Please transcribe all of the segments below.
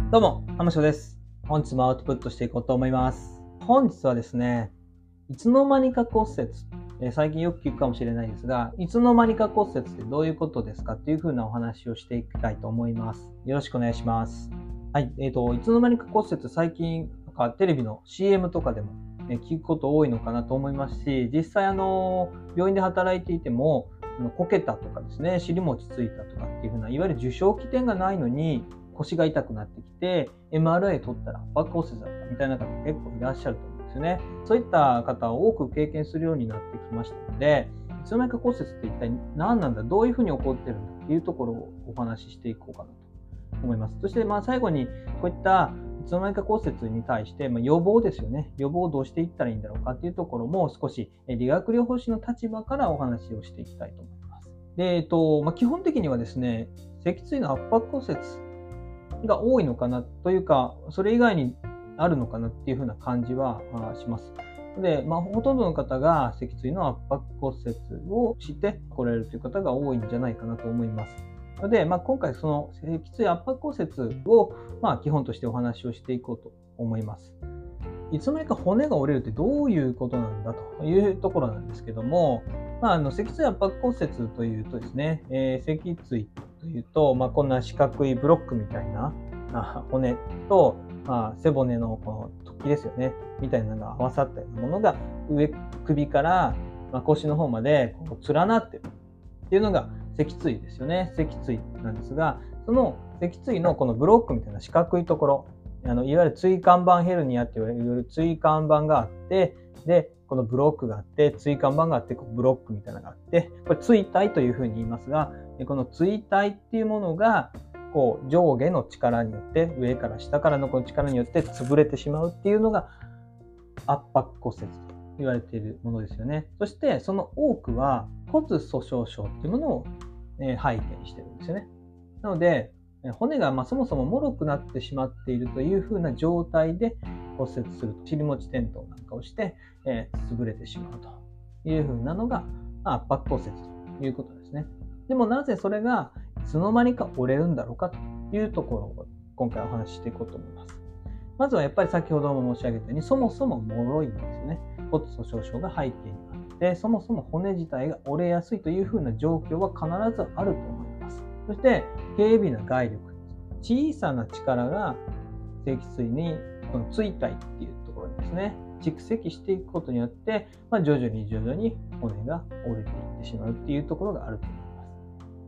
どうも、浜翔です。本日もアウトプットしていこうと思います。本日はですね、いつの間にか骨折。最近よく聞くかもしれないですが、いつの間にか骨折ってどういうことですかっていう風なお話をしていきたいと思います。よろしくお願いします。はい、いつの間にか骨折、最近なんかテレビの CM とかでも、聞くこと多いのかなと思いますし、実際病院で働いていても、こけたとかですね、尻餅ついたとかっていう風な、いわゆる受傷起点がないのに、腰が痛くなってきて、MRI 取ったら圧迫骨折だったみたいな方結構いらっしゃると思うんですよね。そういった方を多く経験するようになってきましたので、いつの間にか骨折って一体何なんだ、どういうふうに起こってるんだっていうところをお話ししていこうかなと思います。そして最後にこういったいつの間にか骨折に対して、予防ですよね。予防をどうしていったらいいんだろうかっていうところも少し理学療法士の立場からお話をしていきたいと思います。で、基本的にはですね、脊椎の圧迫骨折が多いのかなというか、それ以外にあるのかなっていう風な感じはします。で、ほとんどの方が脊椎の圧迫骨折をして来られるという方が多いんじゃないかなと思います。ので、今回その脊椎圧迫骨折を基本としてお話をしていこうと思います。いつの間にか骨が折れるってどういうことなんだというところなんですけども、脊椎圧迫骨折というとですね、脊椎というと、こんな四角いブロックみたいな骨と、背骨のこの突起ですよね、みたいなのが合わさったようなものが首から、腰の方までこう連なってるっていうのが脊椎ですよね。脊椎なんですが、その脊椎のこのブロックみたいな四角いところ、いわゆる椎間板ヘルニアって言われる椎間板があって、で、このブロックがあって、椎間板があって、ブロックみたいなのがあって、これ椎体というふうに言いますが、この椎体っていうものが、こう上下の力によって、上から下からのこの力によって潰れてしまうっていうのが圧迫骨折と言われているものですよね。そしてその多くは骨粗鬆症っていうものを背景にしてるんですよね。なので、骨がそもそも脆くなってしまっているというふうな状態で骨折すると、尻餅転倒なんかをして、潰れてしまうというふうなのが圧迫骨折ということですね。でもなぜそれがいつの間にか折れるんだろうかというところを今回お話ししていこうと思います。まずはやっぱり先ほども申し上げたように、そもそも脆いんですよね。骨粗鬆症が背景にあって、そもそも骨自体が折れやすいというふうな状況は必ずあると思います。そして、軽微な外力、小さな力が脊椎に、この椎体っていうところにですね、蓄積していくことによって、徐々に骨が折れていってしまうっていうところがあると思います。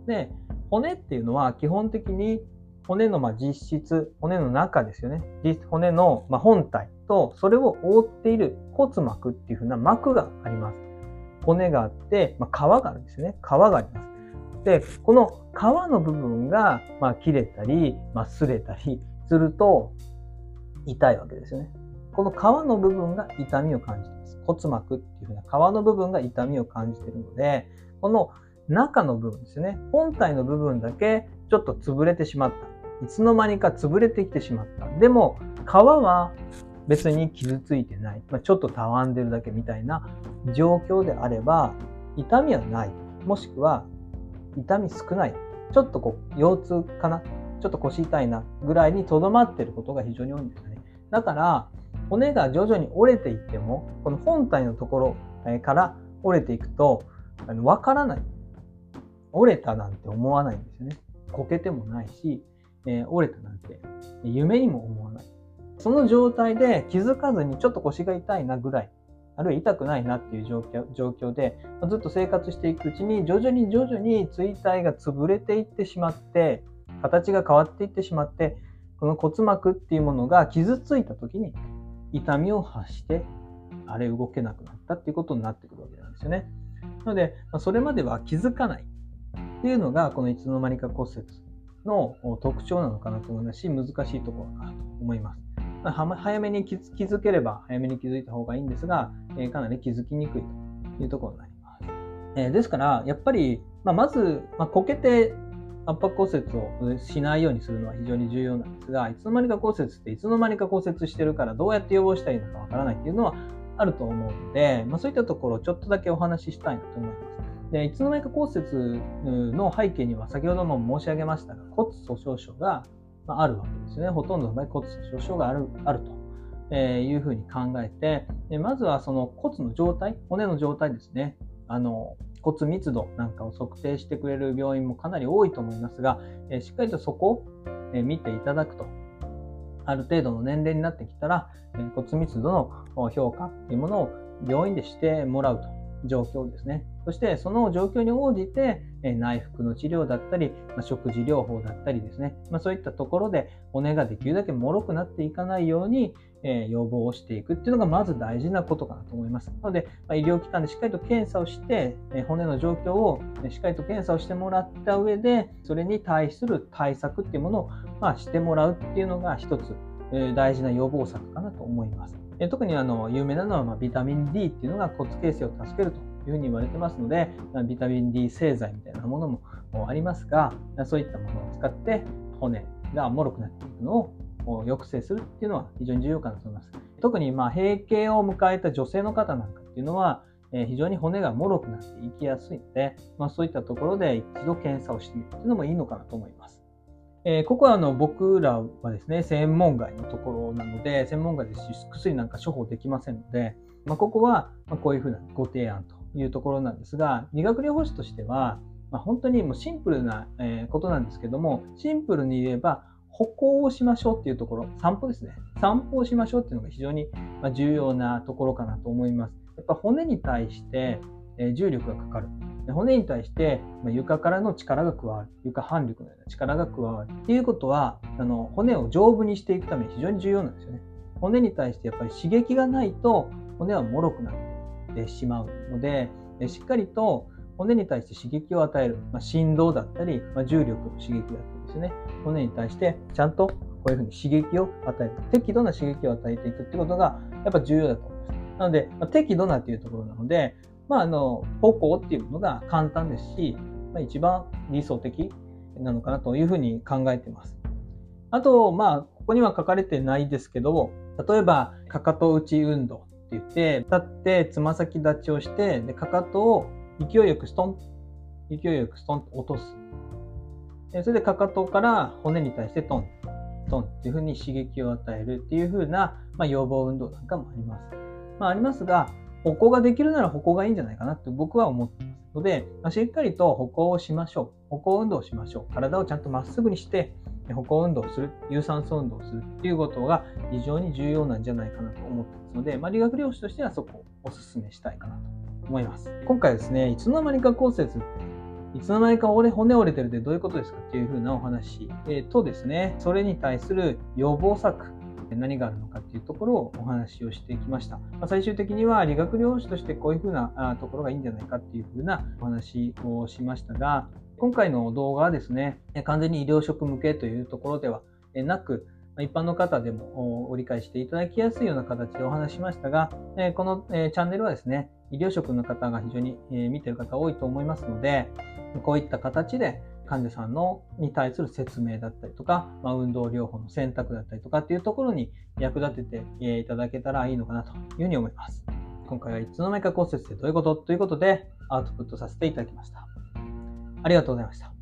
で、骨っていうのは基本的に骨の実質、骨の中ですよね。骨の本体とそれを覆っている骨膜っていう風な膜があります。骨があって、皮があるんですよね。皮があります。で、この皮の部分が切れたり、擦れたりすると痛いわけですよね。この皮の部分が痛みを感じています。骨膜っていう風な皮の部分が痛みを感じているので、この中の部分ですよね。本体の部分だけちょっと潰れてしまった。いつの間にか潰れてきてしまった。でも、皮は別に傷ついてない。ちょっとたわんでるだけみたいな状況であれば、痛みはない。もしくは、痛み少ない。ちょっと腰痛かな。ちょっと腰痛いな。ぐらいに留まっていることが非常に多いんですよね。だから、骨が徐々に折れていっても、この本体のところから折れていくと、わからない。折れたなんて思わないんですよね。こけてもないし、折れたなんて夢にも思わない。その状態で気づかずにちょっと腰が痛いなぐらい、あるいは痛くないなっていう状況で、ずっと生活していくうちに徐々に椎体が潰れていってしまって、形が変わっていってしまって、この骨膜っていうものが傷ついた時に痛みを発して、あれ動けなくなったっていうことになってくるわけなんですよね。なので、それまでは気づかないっていうのが、このいつの間にか骨折の特徴なのかなと思いますし、難しいところかなと思います。早めに気づければ早めに気づいた方がいいんですが、かなり気づきにくいというところになります。ですから、やっぱり、まず、こけて圧迫骨折をしないようにするのは非常に重要なんですが、いつの間にか骨折っていつの間にか骨折してるからどうやって予防したらいいのかわからないっていうのはあると思うので、そういったところをちょっとだけお話ししたいなと思います。で、いつの間にか骨折の背景には先ほども申し上げましたが、骨粗鬆症があるわけですよね。ほとんどの場合骨粗しょう症があるというふうに考えて、まずはその骨の状態、骨の状態ですね。骨密度なんかを測定してくれる病院もかなり多いと思いますが、しっかりとそこを見ていただくと。ある程度の年齢になってきたら、骨密度の評価っていうものを病院でしてもらうと。状況ですね。そしてその状況に応じて内服の治療だったり、食事療法だったりですね、そういったところで骨ができるだけ脆くなっていかないように予防をしていくっていうのがまず大事なことかなと思います。なので医療機関でしっかりと検査をして骨の状況をしっかりと検査をしてもらった上で、それに対する対策っていうものをしてもらうっていうのが一つ大事な予防策かなと思います。特に有名なのはビタミン D っていうのが骨形成を助けるというふうに言われてますので、ビタミン D 製剤みたいなものもありますが、そういったものを使って骨が脆くなっていくのを抑制するっていうのは非常に重要かなと思います。特に閉経を迎えた女性の方なんかっていうのは非常に骨が脆くなっていきやすいので、そういったところで一度検査をしてみるっていうのもいいのかなと思います。ここは僕らはですね、専門外のところなので、専門外で薬なんか処方できませんので、ここはこういうふうなご提案というところなんですが、理学療法士としては、本当にもうシンプルなことなんですけども、シンプルに言えば歩行をしましょうっていうところ、散歩ですね。散歩をしましょうっていうのが非常に重要なところかなと思います。やっぱ骨に対して重力がかかる。骨に対して床からの力が加わる。床反力のような力が加わる。っていうことは、骨を丈夫にしていくために非常に重要なんですよね。骨に対してやっぱり刺激がないと骨は脆くなってしまうので、しっかりと骨に対して刺激を与える。振動だったり、重力の刺激だったりですね。骨に対してちゃんとこういうふうに刺激を与える。適度な刺激を与えていくってことがやっぱ重要だと思います。なので、適度なっていうところなので、歩行っていうのが簡単ですし、一番理想的なのかなというふうに考えています。あと、ここには書かれてないですけど、例えば、かかと打ち運動って言って、立ってつま先立ちをして、でかかとを勢いよくストンと落とす。それでかかとから骨に対してトンっていうふうに刺激を与えるっていうふうな、予防運動なんかもあります。ありますが、歩行ができるなら歩行がいいんじゃないかなって僕は思っていますので、しっかりと歩行をしましょう。歩行運動をしましょう。体をちゃんとまっすぐにして歩行運動をする、有酸素運動をするっていうことが非常に重要なんじゃないかなと思っていますので、理学療法士としてはそこをお勧めしたいかなと思います。今回ですね、いつの間にか骨折っていつの間にか骨折れてるってどういうことですかっていうふうなお話とですね、それに対する予防策、何があるのかっていうところをお話をしてきました。最終的には理学療法士としてこういうふうなところがいいんじゃないかっていうふうなお話をしましたが、今回の動画はですね、完全に医療職向けというところではなく、一般の方でもご理解していただきやすいような形でお話しましたが、このチャンネルはですね、医療職の方が非常に見ている方多いと思いますので、こういった形で患者さんに対する説明だったりとか、運動療法の選択だったりとかっていうところに役立てていただけたらいいのかなというふうに思います。今回はいつの間にか骨折ってどういうことということでアウトプットさせていただきました。ありがとうございました。